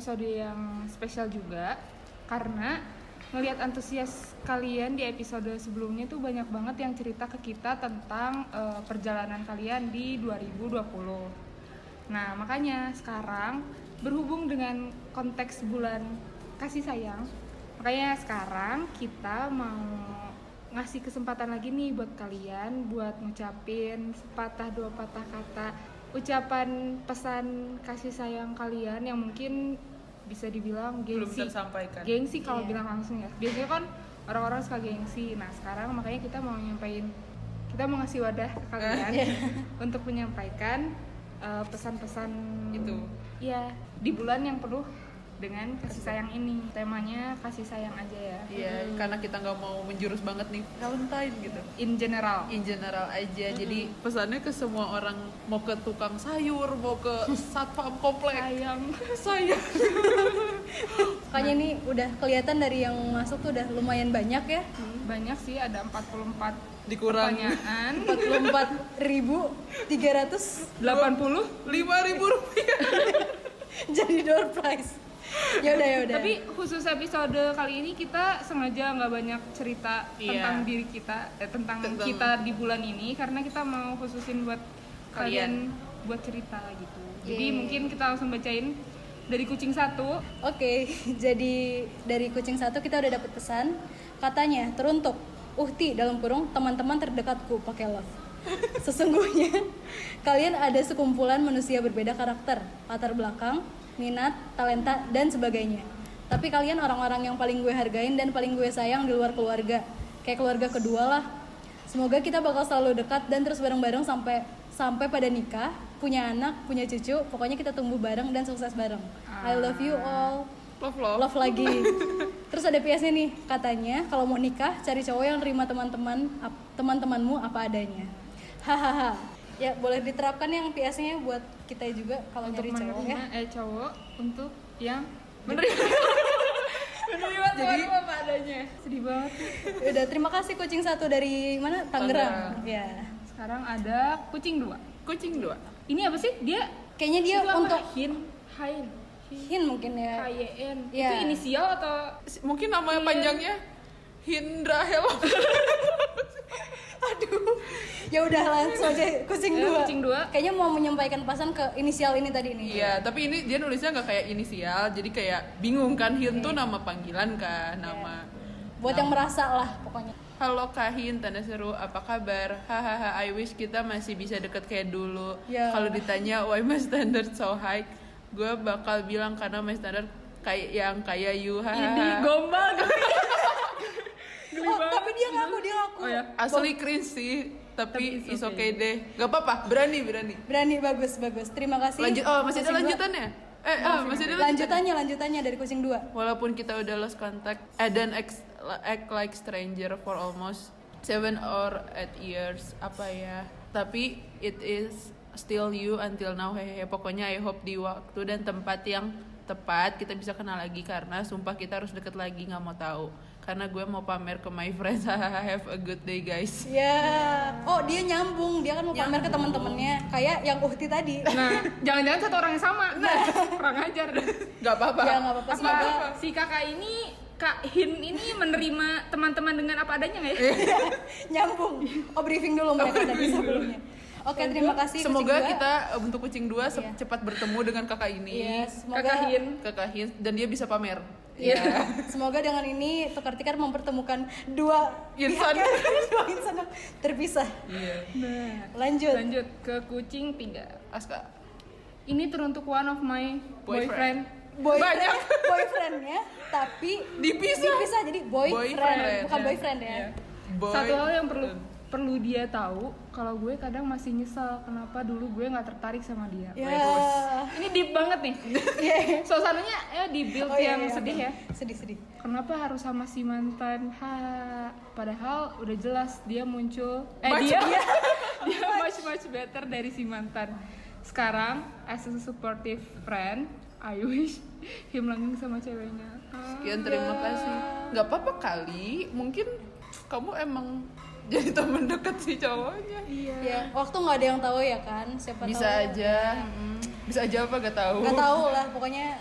episode yang spesial juga karena ngelihat antusias kalian di episode sebelumnya tuh banyak banget yang cerita ke kita tentang perjalanan kalian di 2020. Nah, makanya sekarang berhubung dengan konteks bulan kasih sayang, makanya sekarang kita mau ngasih kesempatan lagi nih buat kalian buat ngucapin sepatah dua patah kata ucapan pesan kasih sayang kalian yang mungkin bisa dibilang gengsi. Belum tersampaikan. Gengsi kalau bilang langsung ya. Biasanya kan orang-orang suka gengsi. Nah, sekarang makanya kita mau ngasih wadah ke kalian untuk menyampaikan pesan-pesan itu. Iya, di bulan yang penuh dengan kasih sayang ini. Temanya kasih sayang aja ya. Iya, karena kita nggak mau menjurus banget nih Valentine gitu. In general Aja. Jadi pesannya ke semua orang, mau ke tukang sayur, mau ke satpam komplek. Sayang. Makanya ini udah kelihatan dari yang masuk tuh udah lumayan banyak ya. Banyak sih, ada 44 Dikurang pertanyaan. 44.380 Rp5.000. jadi door prize. Ya udah. Tapi khusus episode kali ini kita sengaja nggak banyak cerita tentang diri kita, tentang kita di bulan ini karena kita mau khususin buat kalian buat cerita gitu. Jadi mungkin kita langsung bacain dari kucing satu. Oke, jadi dari kucing satu kita udah dapet pesan. Katanya teruntuk Uhti dalam kurung teman-teman terdekatku pakai love. Sesungguhnya kalian ada sekumpulan manusia berbeda karakter, latar belakang, minat, talenta, dan sebagainya. Tapi kalian orang-orang yang paling gue hargain dan paling gue sayang di luar keluarga. Kayak keluarga kedua lah. Semoga kita bakal selalu dekat dan terus bareng-bareng sampai pada nikah, punya anak, punya cucu. Pokoknya kita tumbuh bareng dan sukses bareng. I love you all. Love Lagi. Terus ada PS-nya nih, katanya kalau mau nikah cari cowok yang terima teman-temanmu apa adanya. Hahaha. Ya boleh diterapkan yang PS-nya buat kita juga kalau nyari cowok ya. Cowok untuk yang menerima jadi apa adanya. Sedih banget. Udah, terima kasih kucing satu dari mana? Tangerang. Ya. Sekarang ada kucing 2. Ini apa sih? Dia kayaknya dia untuk Hin mungkin ya. HYN. Ya. Itu inisial atau mungkin namanya panjangnya Hindra Hello. Aduh. Ya udah langsung aja kucing 2. Kayaknya mau menyampaikan pesan ke inisial ini tadi nih. Iya, tapi ini dia nulisnya nggak kayak inisial, jadi kayak bingung kan. Hin tuh nama panggilan kan, nama. Buat yang merasa lah pokoknya. Halo Kahin, tanda seru, apa kabar? Hahaha, I wish kita masih bisa deket kayak dulu. Kalau ditanya why my standard so high, gue bakal bilang karena my standard kayak you. Ini gombal. Tapi dia ngaku. Oh ya. Asli cringe sih, tapi is okay deh. Gak apa-apa, berani. Bagus. Terima kasih. Masih ada lanjutannya? Masih ada lanjutannya dari kucing 2. Walaupun kita udah lost contact, dan act like stranger for almost 7 or 8 years, apa ya? Tapi it is still you until now, hehehe. Pokoknya I hope di waktu dan tempat yang tepat kita bisa kenal lagi, karena sumpah kita harus deket lagi, nggak mau tahu. Karena gue mau pamer ke my friends. Have a good day guys. Ya. Oh, dia nyambung. Dia kan mau pamer ke teman-temannya. Kayak yang Uhti tadi. Nah, jangan-jangan satu orang yang sama. Kurang ajar. Gak apa-apa. Ya nggak apa-apa. Semoga Si kakak ini, Kak Hin ini menerima teman-teman dengan apa adanya nggak ya? Nyambung. Oh, briefing dulu mereka tadi sebelumnya. Oke, terima kasih. Semoga kita untuk kucing 2 cepat bertemu dengan kakak ini. Iya, semoga kakak Hin dan dia bisa pamer. Iya. Semoga dengan ini tukar tikar mempertemukan dua insan yang terpisah. Iya. Nah, lanjut ke kucing 3. Aska. Ini teruntuk one of my boyfriend. Boyfriendnya, tapi dipisah jadi boyfriend. Bukan boyfriend ya. Yeah. Satu hal yang perlu dia tahu, kalau gue kadang masih nyesel kenapa dulu gue nggak tertarik sama dia. Ini deep banget nih. Suasananya di build yang sedih ya. Sedih. Kenapa harus sama si mantan? Padahal udah jelas dia muncul. Dia much better dari si mantan. Sekarang as a supportive friend, I wish him langgeng sama ceweknya. Sekian, terima kasih. Gak apa-apa kali, mungkin kamu emang jadi teman dekat si cowoknya. Iya. Waktu nggak ada yang tahu ya kan, siapa bisa tahu. Aja. Bisa aja apa gak tahu. Gak tahu lah, pokoknya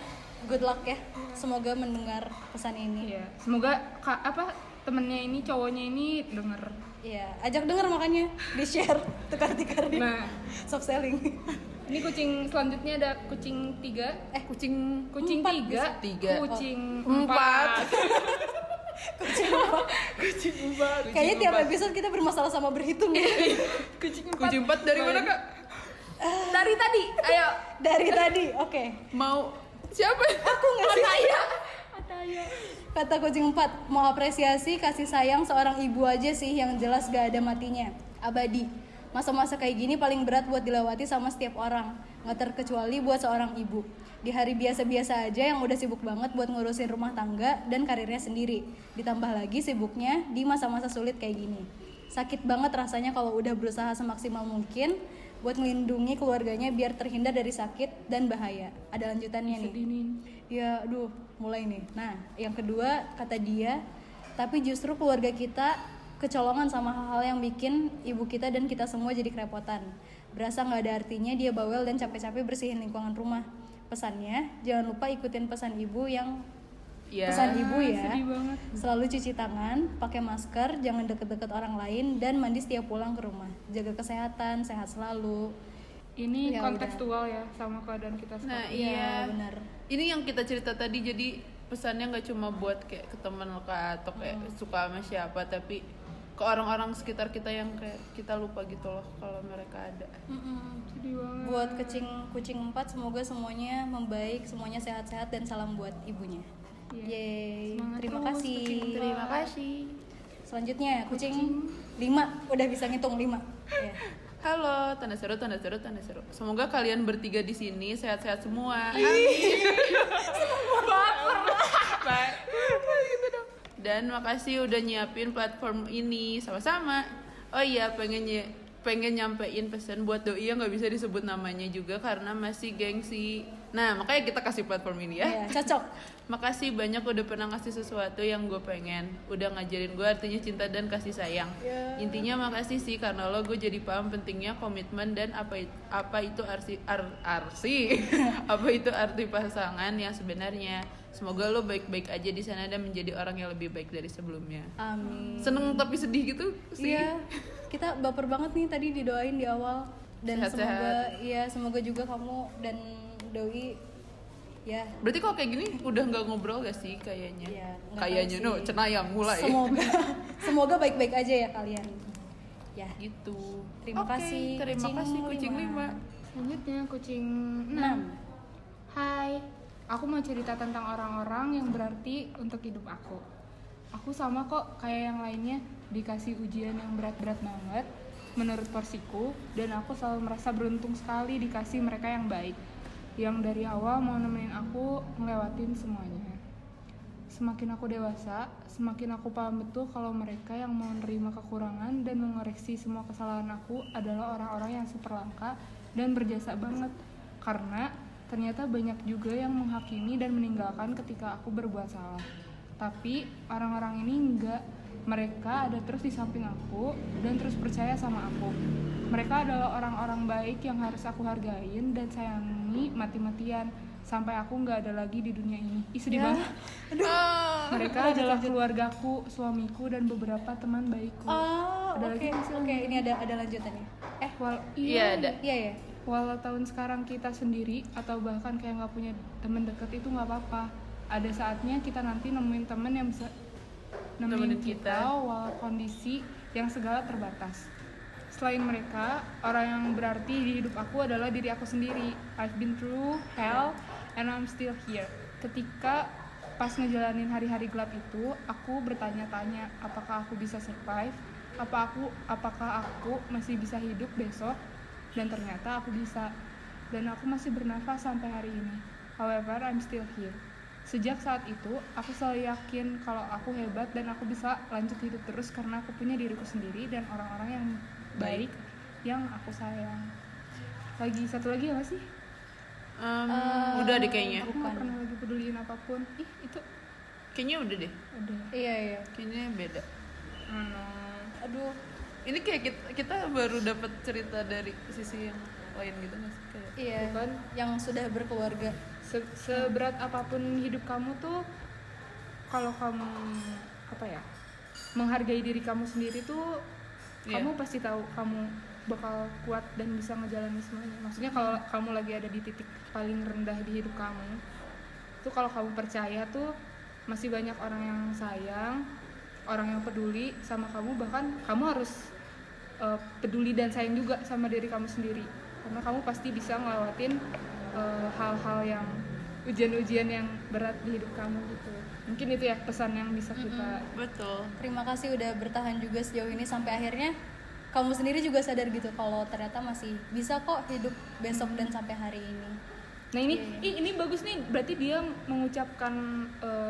good luck ya. Semoga mendengar pesan ini. Iya, semoga temennya ini, cowoknya ini denger. Iya, ajak denger makanya, di-share, tukar-tikar. Nah, soft selling. ini kucing selanjutnya ada kucing 3. Kucing Kucing Empat 3, Tiga. kucing 4. 4. Kucing 4. Kayaknya tiap episode kita bermasalah sama berhitung ya. Kucing 4. Kucing 4 dari mana, Kak? Dari tadi. Ayo. Dari tadi, oke. Mau siapa? Aku nggak sih? Ataya. Kata kucing 4, mau apresiasi kasih sayang seorang ibu aja sih yang jelas gak ada matinya. Abadi. Masa-masa kayak gini paling berat buat dilewati sama setiap orang, gak terkecuali buat seorang ibu. Di hari biasa-biasa aja yang udah sibuk banget buat ngurusin rumah tangga dan karirnya sendiri. Ditambah lagi sibuknya di masa-masa sulit kayak gini. Sakit banget rasanya kalau udah berusaha semaksimal mungkin buat melindungi keluarganya biar terhindar dari sakit dan bahaya. Ada lanjutannya nih. Sedih nih. Ya, aduh, mulai nih. Nah, yang kedua kata dia, tapi justru keluarga kita kecolongan sama hal-hal yang bikin ibu kita dan kita semua jadi kerepotan. Berasa nggak ada artinya dia bawel dan capek-capek bersihin lingkungan rumah. Pesannya, jangan lupa ikutin pesan ibu yang pesan ibu ya. Sedih banget. Selalu cuci tangan, pakai masker, jangan deket-deket orang lain dan mandi setiap pulang ke rumah. Jaga kesehatan, sehat selalu. Ini Ya kontekstual ya sama keadaan kita Nah, sekarang. iya. Benar. Ini yang kita cerita tadi, jadi pesannya nggak cuma buat kayak ke teman lo Kak, atau kayak suka sama siapa, tapi ke orang-orang sekitar kita yang kayak kita lupa gitu loh kalau mereka ada. Sedih banget. Buat kucing 4, semoga semuanya membaik, semuanya sehat-sehat dan salam buat ibunya. Iya. Yeay, Semangat terima terus, kasih. kucing empat. Terima kasih. Selanjutnya kucing 5, udah bisa ngitung 5. Ya. Halo, tanda seru, tanda seru, tanda seru. Semoga kalian bertiga di sini sehat-sehat semua. Dan makasih udah nyiapin platform ini sama-sama. Oh iya, pengen nyampein pesan buat doi yang nggak bisa disebut namanya juga karena masih gengsi. Nah, makanya kita kasih platform ini ya. Iya, cocok. Makasih banyak udah pernah ngasih sesuatu yang gue pengen. Udah ngajarin gue artinya cinta dan kasih sayang. Intinya makasih sih karena lo gue jadi paham pentingnya komitmen dan apa itu arti apa itu arti pasangan yang sebenarnya. Semoga lo baik-baik aja di sana dan menjadi orang yang lebih baik dari sebelumnya. Amin. Seneng tapi sedih gitu sih. Iya, kita baper banget nih tadi didoain di awal dan Sehat-sehat. semoga juga kamu dan doi ya. Berarti kalau kayak gini udah nggak ngobrol gak sih kayaknya? Iya, nggak Kayaknya tahu no, sih. cenayang mulai. Semoga baik-baik aja ya kalian. Ya. Gitu. Terima kasih, Terima kasih kucing 5. Selanjutnya kucing 6. 6. Hai, aku mau cerita tentang orang-orang yang berarti untuk hidup aku. Aku sama kok kayak yang lainnya, dikasih ujian yang berat-berat banget menurut porsiku, dan aku selalu merasa beruntung sekali dikasih mereka yang baik, yang dari awal mau nemenin aku ngelewatin semuanya. Semakin aku dewasa, semakin aku paham betul kalau mereka yang mau menerima kekurangan dan mengoreksi semua kesalahan aku adalah orang-orang yang super langka dan berjasa banget. Karena ternyata banyak juga yang menghakimi dan meninggalkan ketika aku berbuat salah. Tapi orang-orang ini enggak. Mereka ada terus di samping aku dan terus percaya sama aku. Mereka adalah orang-orang baik yang harus aku hargain dan sayangi mati-matian sampai aku nggak ada lagi di dunia ini. Ih, sedih banget. Mereka adalah keluargaku, suamiku, dan beberapa teman baikku. Oh, Ada oke. lagi nggak sih Oke, lanjutan? ini ada lanjutannya. Iya, ada. Iya ya. Walau tahun sekarang kita sendiri atau bahkan kayak nggak punya teman deket itu nggak apa-apa. Ada saatnya kita nanti nemuin teman yang bisa nemenin Nemenin kita. kita walau kondisi yang segala terbatas. Selain mereka, orang yang berarti di hidup aku adalah diri aku sendiri. I've been through hell and I'm still here. Ketika pas ngejalanin hari-hari gelap itu, aku bertanya-tanya apakah aku bisa survive, apakah aku masih bisa hidup besok, dan ternyata aku bisa. Dan aku masih bernafas sampai hari ini. However, I'm still here. Sejak saat itu, aku selalu yakin kalau aku hebat dan aku bisa lanjut hidup terus karena aku punya diriku sendiri dan orang-orang yang baik yang aku sayang. Satu lagi apa sih? Udah deh kayaknya. Aku nggak pernah lagi peduliin apapun. Ih, itu Kayaknya udah deh. udah. Iya. Kayaknya beda. Aduh. Ini kayak kita baru dapat cerita dari sisi yang lain gitu nggak sih? Kayak Iya, Bukan. yang sudah berkeluarga. Seberat apapun hidup kamu tuh, kalau kamu menghargai diri kamu sendiri tuh, Iya. kamu pasti tahu kamu bakal kuat dan bisa ngejalanin semuanya. Maksudnya kalau kamu lagi ada di titik paling rendah di hidup kamu tuh, kalau kamu percaya tuh masih banyak orang yang sayang, orang yang peduli sama kamu. Bahkan kamu harus peduli dan sayang juga sama diri kamu sendiri, karena kamu pasti bisa ngelewatin hal-hal yang ujian-ujian yang berat di hidup kamu gitu. Mungkin itu ya pesan yang bisa kita. betul. Terima kasih udah bertahan juga sejauh ini sampai akhirnya kamu sendiri juga sadar gitu kalau ternyata masih bisa kok hidup besok dan sampai hari ini. Nah ini bagus nih, berarti dia mengucapkan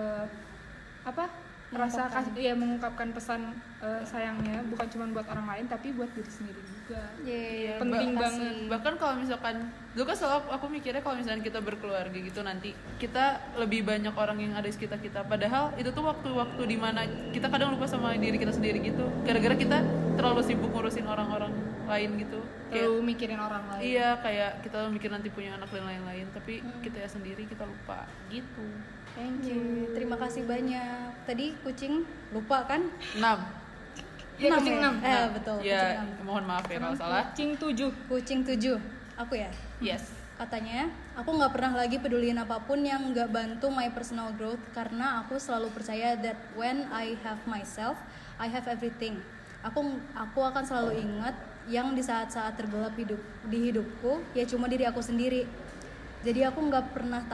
mengungkapkan pesan sayangnya bukan cuma buat orang lain tapi buat diri sendiri juga. Yeay, Penting makasih. banget. Bahkan kalau misalkan dulu kan selalu aku mikirnya kalau misalnya kita berkeluarga gitu nanti kita lebih banyak orang yang ada di sekitar kita, padahal itu tuh waktu-waktu dimana kita kadang lupa sama diri kita sendiri gitu, gara-gara kita terlalu sibuk ngurusin orang-orang lain gitu. Terlalu mikirin orang lain. Iya, kayak kita mikir nanti punya anak dan lain-lain, tapi kita ya sendiri kita lupa gitu. Thank Yeay, terima kasih banyak. Tadi kucing lupa kan? 6. Ya, Enam kucing 6. Betul, kucing Ya, 6. mohon maaf ya kalau salah. Kucing 7. Kucing 7. Aku ya. Yes. Katanya, aku nggak pernah lagi peduliin apapun yang nggak bantu my personal growth karena aku selalu percaya that when I have myself, I have everything. Aku akan selalu ingat yang di saat-saat tergelap di hidupku ya cuma diri aku sendiri. Jadi aku nggak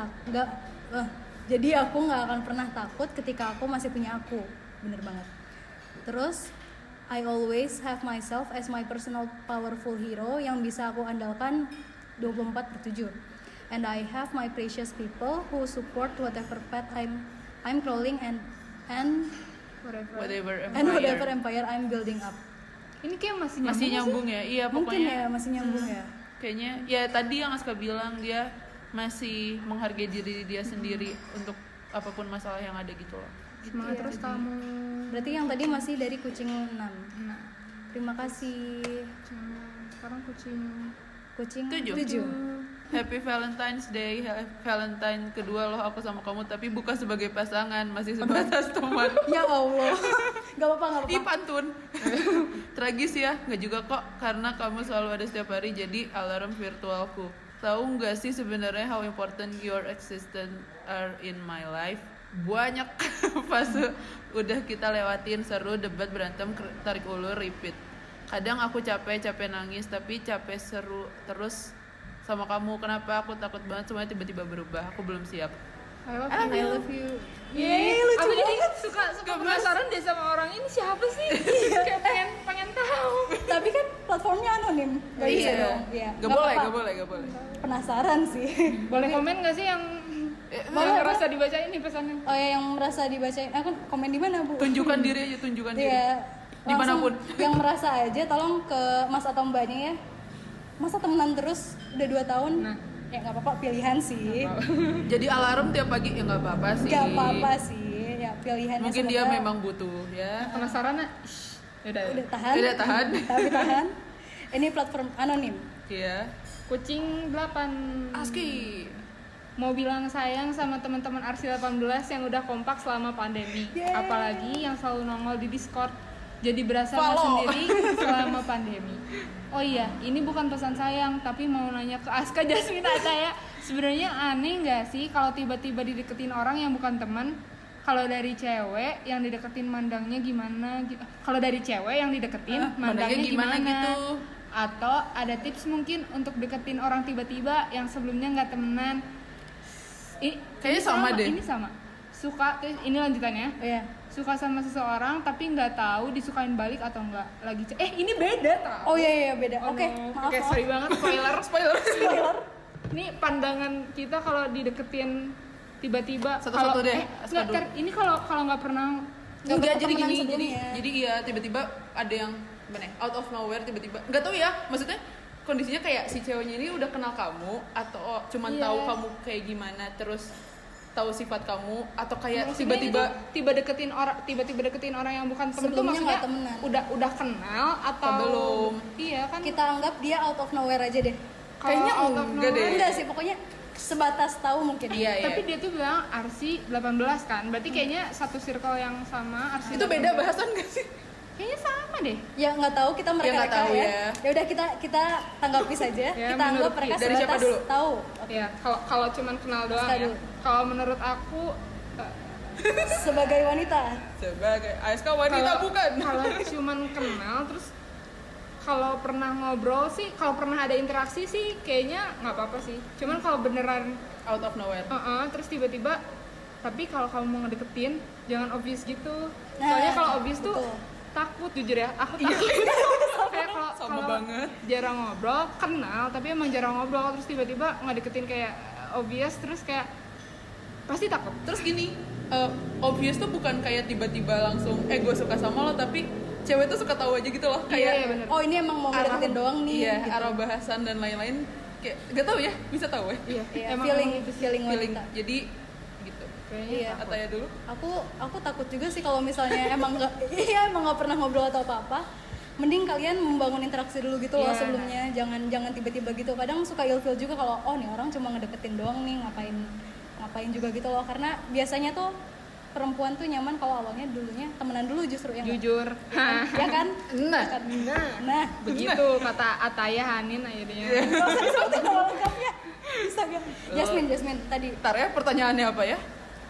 akan pernah takut ketika aku masih punya aku. Bener banget. Terus I always have myself as my personal powerful hero yang bisa aku andalkan 24/7. And I have my precious people who support whatever path I'm crawling and whatever empire I'm building up. Ini kayak masih Nyambung ya. Iya, Mungkin pokoknya ya masih nyambung ya. kayaknya ya tadi yang Aska bilang, dia masih menghargai diri dia sendiri untuk apapun masalah yang ada gitu loh. Semangat Iya, terus jadi- kamu. Berarti yang tadi masih dari kucing 6. Nah, Terima kasih. sekarang kucing Kucing 7. 7. Happy Valentine's Day, Valentine kedua loh aku sama kamu, tapi bukan sebagai pasangan, masih sebatas teman. Ya Allah. Gak apa-apa. Ih, pantun. Tragis ya, nggak juga kok, karena kamu selalu ada setiap hari jadi alarm virtualku. Tahu nggak sih sebenarnya how important your existence are in my life? Banyak fase udah kita lewatin, seru, debat, berantem, tarik ulur, repeat. Kadang aku capek nangis, tapi capek seru terus sama kamu. Kenapa aku takut banget semuanya tiba-tiba berubah? Aku belum siap. I love I you. love you. Yeay, lucu aku jadi banget. suka penasaran deh sama orang ini siapa sih? Kayak pengen tahu. Tapi kan platformnya anonim. Gak bisa dong. Iya. Gak boleh. Penasaran sih. Boleh komen nggak sih yang Boleh, ngerasa dibacain nih pesannya? Oh ya, yang merasa dibacain. Aku komen di mana, Bu? Tunjukkan diri aja, tunjukkan diri. Iya. Dimanapun. Langsung yang merasa aja tolong ke Mas atau Mbaknya ya. Masa temenan terus udah 2 tahun? Nah. Ya nggak apa-apa, pilihan sih. Jadi alarm tiap pagi ya nggak apa-apa sih. Nggak apa-apa sih. Ya pilihannya. Mungkin dia semoga memang butuh ya. Penasaran nggak? Yaudah. udah tahan. Udah tahan. Tapi tahan. Ini platform anonim. Iya. Kucing 8. Aski. Mau bilang sayang sama teman-teman Arsi 18 yang udah kompak selama pandemi. Yeay. Apalagi yang selalu nongol di Discord. Jadi berasa nggak Follow. sendiri selama pandemi. Oh iya, ini bukan pesan sayang, tapi mau nanya ke Aska Jasmine Ataya. Sebenarnya aneh nggak sih kalau tiba-tiba dideketin orang yang bukan teman? Kalau dari cewek yang dideketin mandangnya gimana? Kalau dari cewek yang dideketin mandangnya gimana gitu? Atau ada tips mungkin untuk deketin orang tiba-tiba yang sebelumnya nggak temenan? Kayaknya sama deh. Ini sama. Suka, ini lanjutannya. Oh ya. Suka sama seseorang tapi nggak tahu disukain balik atau enggak. Ini beda tau. Oh iya beda. Oh, Oke, no. maaf. Oke, sorry banget spoiler. Spoiler. Ini pandangan kita kalau dideketin tiba-tiba. Satu-satu kalau- deh, Aska nggak, dulu. ini kalau nggak pernah. Nggak Enggak, jadi bertemenan gini, sebelumnya. jadi iya tiba-tiba ada yang gimana ya, out of nowhere tiba-tiba nggak tahu ya, maksudnya kondisinya kayak si ceweknya ini udah kenal kamu atau cuman Iya. tahu kamu kayak gimana, terus tahu sifat kamu, atau kayak Maksudnya tiba-tiba itu tiba-tiba deketin orang yang bukan temen tuh Sebelumnya maksudnya nggak temenan. udah kenal atau Belum. Iya kan. Kita anggap dia out of nowhere aja deh. Kayaknya out of enggak deh. Enggak sih, pokoknya sebatas tahu mungkin. Iya. Tapi dia tuh bilang Arsi 18 kan. Berarti kayaknya satu circle yang sama Arsi. Itu beda bahasan gak sih? Kayaknya sama deh. Ya nggak tahu kita mereka nggak tahu ya. Ya udah kita tanggapi saja. Ya, Kita anggap menurut mereka dari siapa sebatas dulu? tahu. Ya, kalau cuman kenal doang Aska ya. dulu. Kalau menurut aku Sebagai wanita. Sebagai ASK wanita bukan. Kalau cuman kenal terus kalau pernah ngobrol sih, kalau pernah ada interaksi sih kayaknya nggak apa-apa sih. Cuman kalau beneran Out of nowhere. terus tiba-tiba tapi kalau kamu mau ngedeketin jangan obvious gitu. Nah, Soalnya kalau obvious tuh betul. takut jujur ya. Aku takut. Kayak Sama kalau banget. jarang ngobrol, kenal tapi emang jarang ngobrol terus tiba-tiba ngedeketin kayak obvious terus kayak pasti takut. Terus gini, obvious tuh bukan kayak tiba-tiba langsung gue suka sama lo, tapi cewek tuh suka tahu aja gitu loh, kayak Iya, bener. Oh, ini emang mau ngedeketin doang nih. iya, gitu. arah bahasan dan lain-lain kayak gak tahu ya, bisa tahu ya. Iya, Iya, emang feeling gitu sih. feeling Feeling. wanita. Jadi gitu. Kayaknya Iya. takut. Ataya dulu. Aku takut juga sih kalau misalnya emang nggak emang nggak pernah ngobrol atau apa-apa. Mending kalian membangun interaksi dulu gitu loh Iya. sebelumnya. Jangan tiba-tiba gitu. Kadang suka ilfeel juga kalau nih orang cuma ngedeketin doang nih, ngapain juga gitu loh. Karena biasanya tuh perempuan tuh nyaman kalau awalnya dulunya temenan dulu justru yang Jujur. ya kan? Nah, Nah, begitu kata Ataya Hanin akhirnya. nggak usah disebutin nama lengkapnya. Bisa gak? Jasmine tadi. Ntar ya, pertanyaannya apa ya?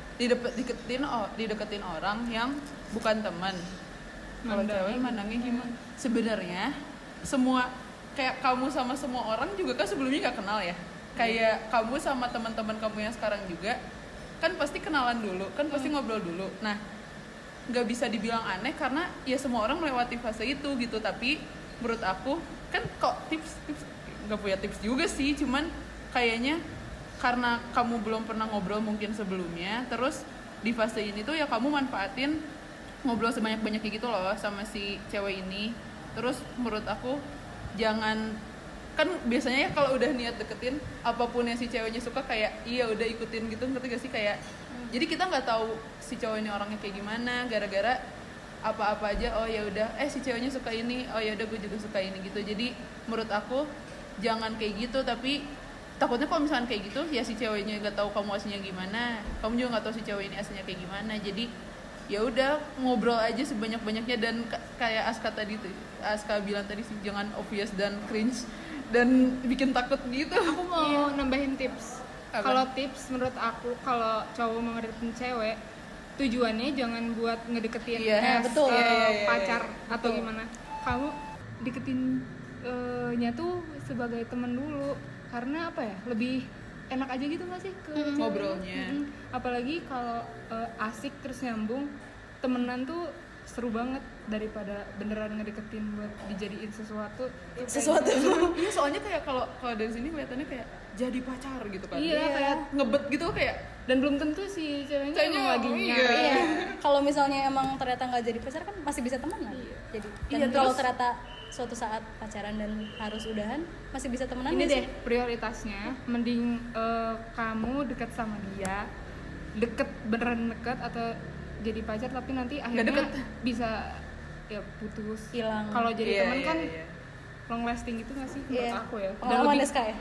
Dideketin orang yang bukan teman. Kalau cewek mandangnya gimana? Sebenarnya semua kayak kamu sama semua orang juga kan sebelumnya nggak kenal ya. Kayak kamu sama teman-teman kamu yang sekarang juga kan pasti kenalan dulu, kan pasti ngobrol dulu. Nah, nggak bisa dibilang aneh karena ya semua orang melewati fase itu gitu. Tapi menurut aku kan kok tips nggak punya tips juga sih, cuman kayaknya karena kamu belum pernah ngobrol mungkin sebelumnya, terus di fase ini tuh ya kamu manfaatin ngobrol sebanyak-banyaknya gitu loh sama si cewek ini. Terus menurut aku jangan, kan biasanya ya kalau udah niat deketin apapun yang si ceweknya suka kayak iya udah ikutin gitu, ngerti gak sih? Kayak jadi kita nggak tahu si cowok ini orangnya kayak gimana, gara-gara apa-apa aja oh ya udah si ceweknya suka ini, oh ya udah gue juga suka ini gitu. Jadi menurut aku jangan kayak gitu. Tapi takutnya kalau misalkan kayak gitu ya si ceweknya nggak tahu kamu aslinya gimana, kamu juga nggak tahu si cewek ini aslinya kayak gimana. Jadi ya udah ngobrol aja sebanyak-banyaknya. Dan kayak Aska bilang tadi sih, jangan obvious dan cringe dan bikin takut gitu. Aku mau nambahin tips. Apa? Kalau tips menurut aku kalau cowok mau ngedeketin cewek, tujuannya jangan buat ngedeketin Iya, betul. pacar Iya. atau gimana. Kamu deketin nya tuh sebagai temen dulu. Karena apa ya? Lebih enak aja gitu nggak sih ke cewek? Ngobrolnya. Apalagi kalau asik terus nyambung, temenan tuh seru banget daripada beneran ngedeketin buat dijadiin sesuatu. Iya, soalnya kayak kalau dari sini kelihatannya kayak jadi pacar gitu kan. Iya, kayak ngebet gitu kayak. dan belum tentu si ceweknya Ceweknya emang lagi iya. nyari. Iya. Kalau misalnya emang ternyata nggak jadi pacar kan masih bisa temenan. Jadi dan Iya, kalau terus- ternyata suatu saat pacaran dan harus udahan masih bisa temenan Ini nggak deh sih? prioritasnya, mending kamu deket sama dia, beneran deket atau jadi pacar tapi nanti akhirnya deket. bisa ya putus. Hilang. Kalau jadi Iya, teman iya, kan iya. long lasting gitu nggak sih menurut Iya. aku ya. Dan Pengalaman lebih- Deska ya?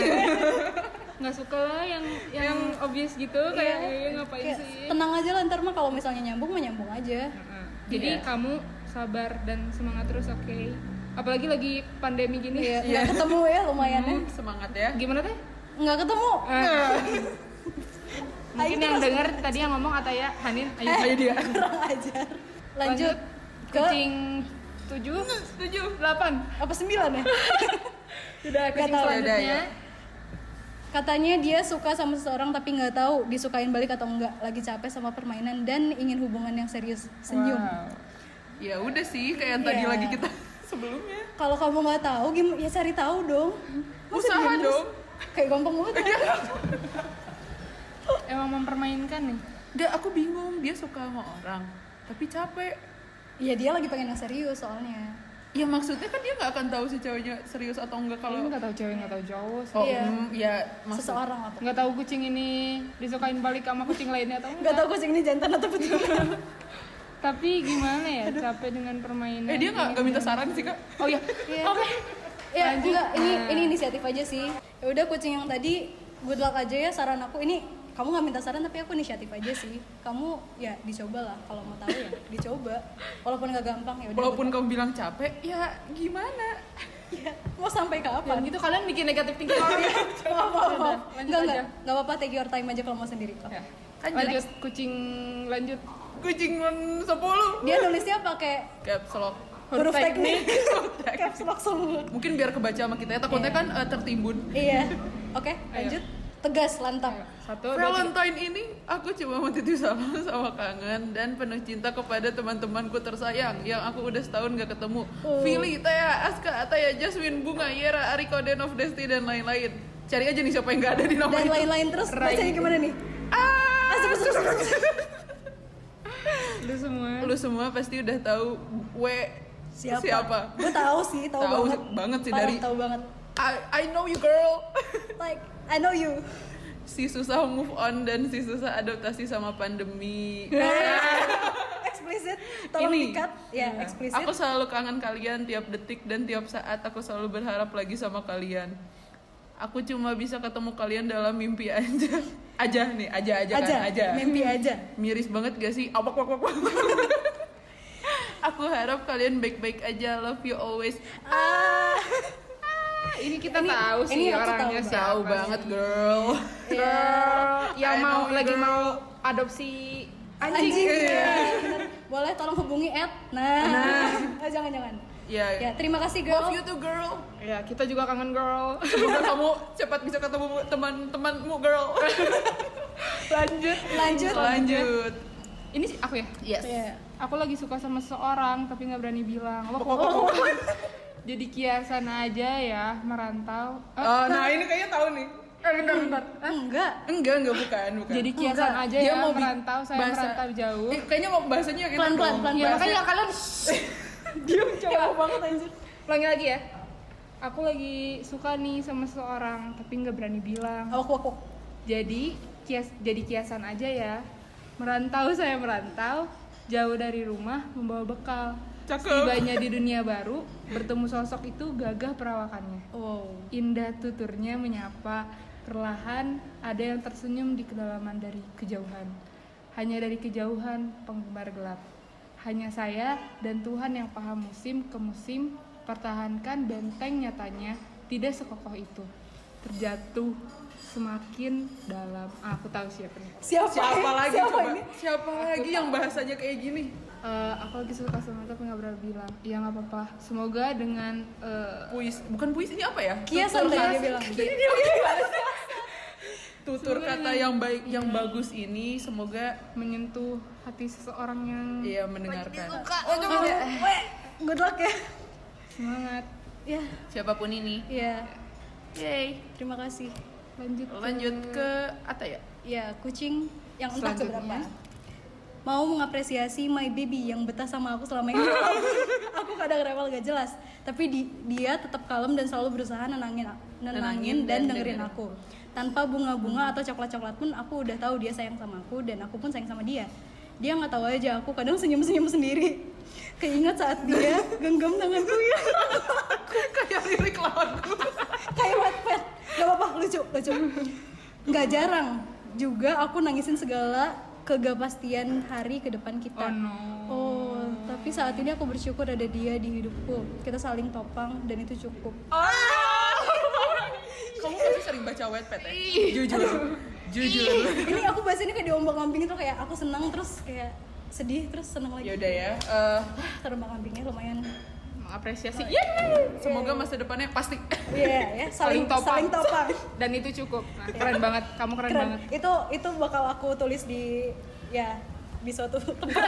nggak suka lah yang obvious gitu kayak ngapain Kayak sih. tenang aja lah, ntar mah kalau misalnya nyambung mah nyambung aja. Jadi Iya. kamu sabar dan semangat terus, oke? Apalagi lagi pandemi gini. Iya, nggak ketemu ya lumayan ya. Semangat ya. Gimana teh? Nggak ketemu. Mungkin yang denger tadi yang ngomong Ataya Hanin, ayo dia. Kurang ajar. Lanjut ke kucing 7, 8. apa 9 ya? Sudah Nggak kucing tahu. selanjutnya. Udah, ya. Katanya dia suka sama seseorang tapi nggak tahu disukain balik atau enggak. Lagi capek sama permainan dan ingin hubungan yang serius. Senyum. Wow. Ya udah sih kayak yang tadi Iya. lagi kita sebelumnya. Kalau kamu nggak tahu, ya cari tahu dong. Masa Usaha diem terus? dong. Kayak gampang banget. Emang mempermainkan nih. Nggak, aku bingung dia suka sama orang tapi capek. Iya, dia lagi pengen yang serius soalnya. Ya maksudnya kan dia nggak akan tahu si ceweknya serius atau enggak Kalau kalau nggak tahu cewek nggak tahu cowok sih. oh Iya. ya maksud Seseorang apa? Nggak tahu kucing ini disukain balik sama kucing lainnya atau Nggak enggak. tahu kucing ini jantan atau betina. Tapi gimana ya capek dengan permainan. dia nggak minta saran sih kak. Oh iya. Iya. Oke. Ya enggak, ini inisiatif aja sih. Ya udah kucing yang tadi good luck aja ya, saran aku ini kamu nggak minta saran tapi aku inisiatif aja sih. Kamu ya dicoba lah, kalau mau tahu ya dicoba. Walaupun nggak gampang ya udah. Walaupun kamu bilang capek, ya gimana? Ya, mau sampai kapan? gitu kalian bikin negatif thinking orang ya. Maaf. Lanjut aja. Enggak apa-apa, take your time aja kalau mau sendiri kok. Ya. Lanjut. Lanjut kucing lanjut. Kucing 10. Dia nulisnya pakai Caps lock. huruf teknik. Caps lock semua. Mungkin biar kebaca sama kita ya, takutnya kan tertimbun. Iya. Oke, lanjut. Tegas, lantap. Satu, dua, tiga. Valentine ini aku cuma mau titip salam sama kangen dan penuh cinta kepada teman-temanku tersayang yang aku udah setahun gak ketemu. Vili, Tea, Aska, Ataya, Jasmine, Bunga, Yera, Ariko, Denov, Desti dan lain-lain. Cari aja nih siapa yang gak ada di nama Dan itu. lain-lain terus bacanya gimana nih? Lu semua. Lu semua pasti udah tahu siapa. Gue tahu sih, tahu banget. sih Parah, dari tahu banget. I know you girl. Like I know you. Si susah move on dan si susah adaptasi sama pandemi. Eksplisit, tolong Ini. di-cut. Ya, eksplisit. Aku selalu kangen kalian tiap detik dan tiap saat aku selalu berharap lagi sama kalian. Aku cuma bisa ketemu kalian dalam mimpi aja. Aja kan, aja. Mimpi aja. Miris banget gak sih? Awak. Aku harap kalian baik-baik aja. Love you always. Ini kita tahu sih ini aku orangnya tahu siapa. Tahu banget girl. Girl yang I mau know, lagi girl. mau adopsi anjing. Anjing. Iya. Ya, bener. Boleh tolong hubungi Ed. Nah. Jangan. Ya. Ya, terima kasih girl. Love you too girl. Ya, kita juga kangen girl. Semoga kamu cepat bisa ketemu teman-temanmu girl. Lanjut. Ini sih aku ya. Yes. Ya. Aku lagi suka sama seseorang tapi nggak berani bilang. Jadi kiasan aja ya merantau. Nah ini kayaknya tahu nih. Bentar. Enggak. Bukan. Jadi kiasan Enggak. aja Dia ya mau merantau, saya merantau jauh. Kayaknya mau bahasanya yang enak Pelan-pelan, dong. pelan-pelan. Ya makanya kalian diam Jauh banget anjir. Ulangi lagi ya. Aku lagi suka nih sama seseorang tapi nggak berani bilang. Wak. Jadi kiasan aja ya. Merantau, saya merantau jauh dari rumah membawa bekal. Cakep. Setibanya di dunia baru, bertemu sosok itu gagah perawakannya. Wow. Indah tuturnya menyapa, perlahan ada yang tersenyum di kedalaman dari kejauhan. Hanya dari kejauhan penggemar gelap. Hanya saya dan Tuhan yang paham musim ke musim, pertahankan benteng nyatanya tidak sekokoh itu. Terjatuh semakin dalam. Aku tahu siapa nih. Siapa lagi Siapa coba? ini? Siapa lagi yang bahasanya kayak gini? Aku lagi suka sama tapi nggak berani bilang. Ya nggak apa-apa. Semoga dengan Bukan puisi, ini apa ya? Kiasan tadi dia bilang. Tutur kata yang baik, yang bagus ini semoga menyentuh hati seseorang yang ya mendengarkan. Good luck ya. semangat. Ya, Siapapun ini. ya. Yay. Terima kasih. Lanjut ke Ataya. Ya, kucing yang entah Selanjutnya. keberapa. Mau mengapresiasi my baby yang betah sama aku selama ini. Aku kadang rewel gak jelas, tapi dia tetap kalem dan selalu berusaha nenangin dan dengerin aku. Tanpa bunga-bunga atau coklat-coklat pun aku udah tahu dia sayang sama aku dan aku pun sayang sama dia. Dia nggak tahu aja aku kadang senyum-senyum sendiri. Keinget saat dia genggam tanganku ya. Kayak lirik lagu. Kayak Wattpad. Gak apa-apa, lucu. Gak jarang juga aku nangisin segala kegapastian hari ke depan kita. Oh no. Oh, tapi saat ini aku bersyukur ada dia di hidupku. Kita saling topang dan itu cukup. Kamu pasti sering baca Wattpad ya? Jujur. Ini aku bahas ini kayak diombang-ambingin tuh, kayak aku senang terus kayak sedih terus senang lagi. Yaudah ya. Terombang-ambingnya lumayan. Mengapresiasi. Semoga masa depannya pasti. Iya, ya, saling Saling topang. Dan itu cukup. Nah, keren banget. Kamu keren banget. Itu bakal aku tulis di di suatu tempat.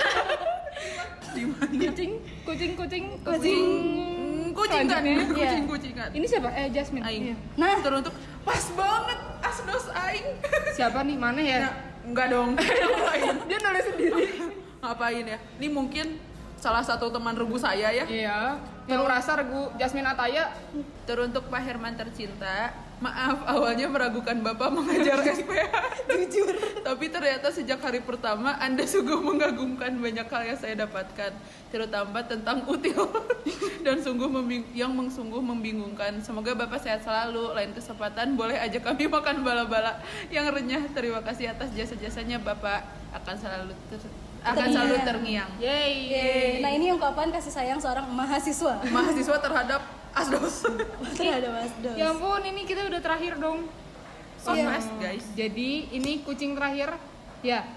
Kucing. Kucingan. Selanjutnya. Kucingan. Ini siapa? Jasmine. Aing. Iya. Nah. Teruntuk pas banget asdos aing. Siapa nih? Mana ya? Nah, enggak dong. Ngapain? Dia nulis sendiri. Ngapain ya? Ini mungkin salah satu teman regu saya ya. Iya. Yang rasa regu Jasmine Ataya. Teruntuk Pak Herman tercinta, Maaf, awalnya meragukan Bapak mengajar SPH. Jujur. Tapi ternyata sejak hari pertama Anda sungguh mengagumkan banyak hal yang saya dapatkan, terutama tentang util dan sungguh membingungkan. Semoga Bapak sehat selalu. Lain kesempatan boleh ajak kami makan bala-bala yang renyah. Terima kasih atas jasa-jasanya Bapak. Akan selalu terngiang. Yeay. Nah, ini ungkapan kasih sayang seorang mahasiswa Terhadap Asdos. terhadap Asdos. Ya ampun, ini kita udah terakhir dong. So fast, guys. Jadi ini kucing terakhir. Ya.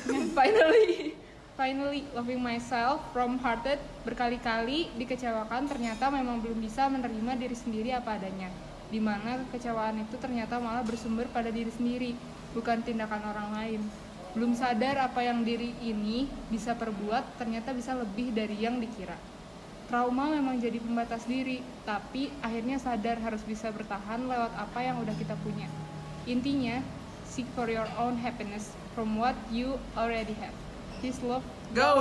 Finally loving myself from hearted. Berkali-kali dikecewakan, ternyata memang belum bisa menerima diri sendiri apa adanya. Dimana kekecewaan itu ternyata malah bersumber pada diri sendiri, bukan tindakan orang lain. Belum sadar apa yang diri ini bisa perbuat, ternyata bisa lebih dari yang dikira. Trauma memang jadi pembatas diri, tapi akhirnya sadar harus bisa bertahan lewat apa yang udah kita punya. Intinya, seek for your own happiness from what you already have. Peace, love, Go.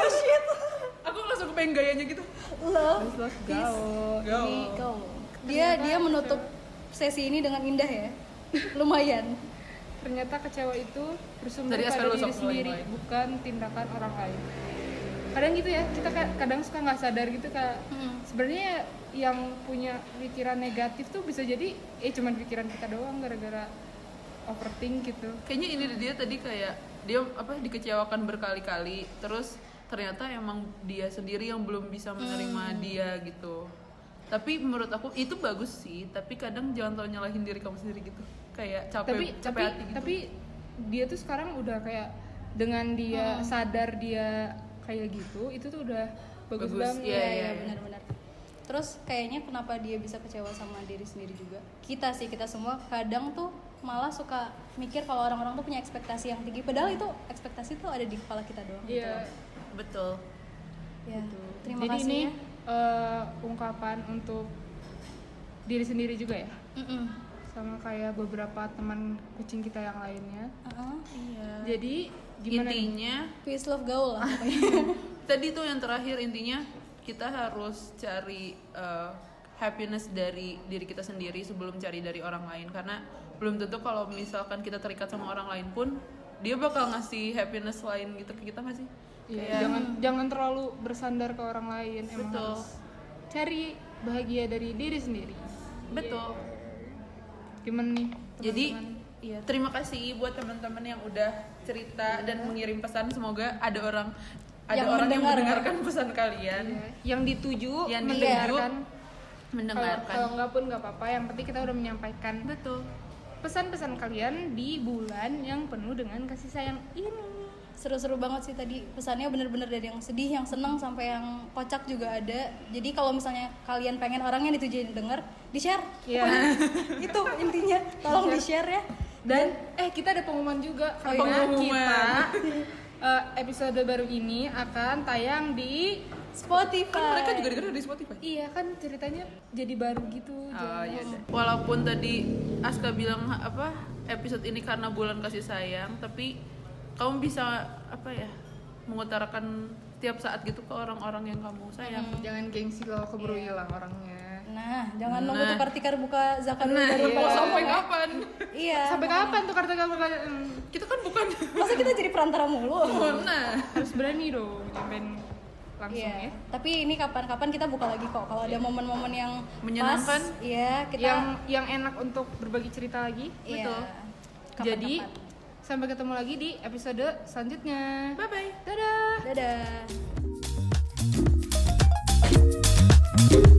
Aku langsung kepengen gayanya gitu. Love, Peace, love, peace, Go. go. Dia menutup sesi ini dengan indah ya. Lumayan. Ternyata kecewa itu bersumber Tadi pada Askar diri sok sendiri, mulai. bukan tindakan orang lain. Kadang gitu ya, kita kadang suka nggak sadar gitu kayak sebenarnya yang punya pikiran negatif tuh bisa jadi cuman pikiran kita doang gara-gara overthink gitu. Kayaknya ini dia tadi kayak dia dikecewakan berkali-kali, terus ternyata emang dia sendiri yang belum bisa menerima dia gitu. Tapi menurut aku itu bagus sih, tapi kadang jangan terlalu nyalahin diri kamu sendiri gitu. Kayak capek hati gitu. Tapi dia tuh sekarang udah kayak dengan dia sadar dia kayak gitu, itu tuh udah bagus banget. Iya. Benar-benar. Terus kayaknya kenapa dia bisa kecewa sama diri sendiri juga? Kita semua kadang tuh malah suka mikir kalau orang-orang tuh punya ekspektasi yang tinggi, padahal itu ekspektasi tuh ada di kepala kita doang. Iya. Betul. Ya. Terima Jadi kasih ini ya. ungkapan untuk diri sendiri juga ya. Mm-mm. Sama kayak beberapa teman kucing kita yang lainnya. Iya. Jadi gimana nih? Intinya Peace love gaul lah pokoknya. tadi tuh yang terakhir, intinya kita harus cari happiness dari diri kita sendiri sebelum cari dari orang lain, karena belum tentu kalau misalkan kita terikat sama orang lain pun dia bakal ngasih happiness lain gitu ke kita nggak sih? Iya, jangan terlalu bersandar ke orang lain. Emang Betul. harus cari bahagia dari diri sendiri. Betul. Gimana nih? Jadi teman-teman? iya, terima kasih buat teman-teman yang udah cerita dan mengirim pesan. Semoga ada orang yang mendengarkan pesan kalian. Iya. Yang dituju, Yang mendengarkan. Kalau nggak pun nggak apa-apa. Yang penting kita udah menyampaikan Betul. pesan-pesan kalian di bulan yang penuh dengan kasih sayang ini. Seru-seru banget sih tadi pesannya, bener-bener dari yang sedih, yang senang sampai yang kocak juga ada. Jadi kalau misalnya kalian pengen orang yang ditujuin denger, di-share. Iya. Pokoknya itu intinya, tolong di-share ya. Dan kita ada pengumuman juga karena Pengumuman. kita episode baru ini akan tayang di Spotify. Kan mereka juga dengar di Spotify. Iya kan ceritanya jadi baru gitu. Iya deh. Walaupun tadi Aska bilang episode ini karena bulan kasih sayang, tapi kamu bisa mengutarakan tiap saat gitu ke orang-orang yang kamu sayang. Jangan gengsi lo keburu hilang orangnya. Nah, jangan nunggu tukar tikar buka zakat dulu baru Mau follow. sampai kapan? Iya. Sampai kapan tuh kartu Kita kan bukan. Masa kita jadi perantara mulu? Nah, harus berani dong nyampein langsung Iya. ya. Tapi ini kapan-kapan kita buka lagi kok. Kalau ada momen-momen yang Menyenangkan. pas, iya kita. Yang enak untuk berbagi cerita lagi. Iya. betul. Kapan-kapan. Jadi sampai ketemu lagi di episode selanjutnya. Bye bye. Dadah. Dadah.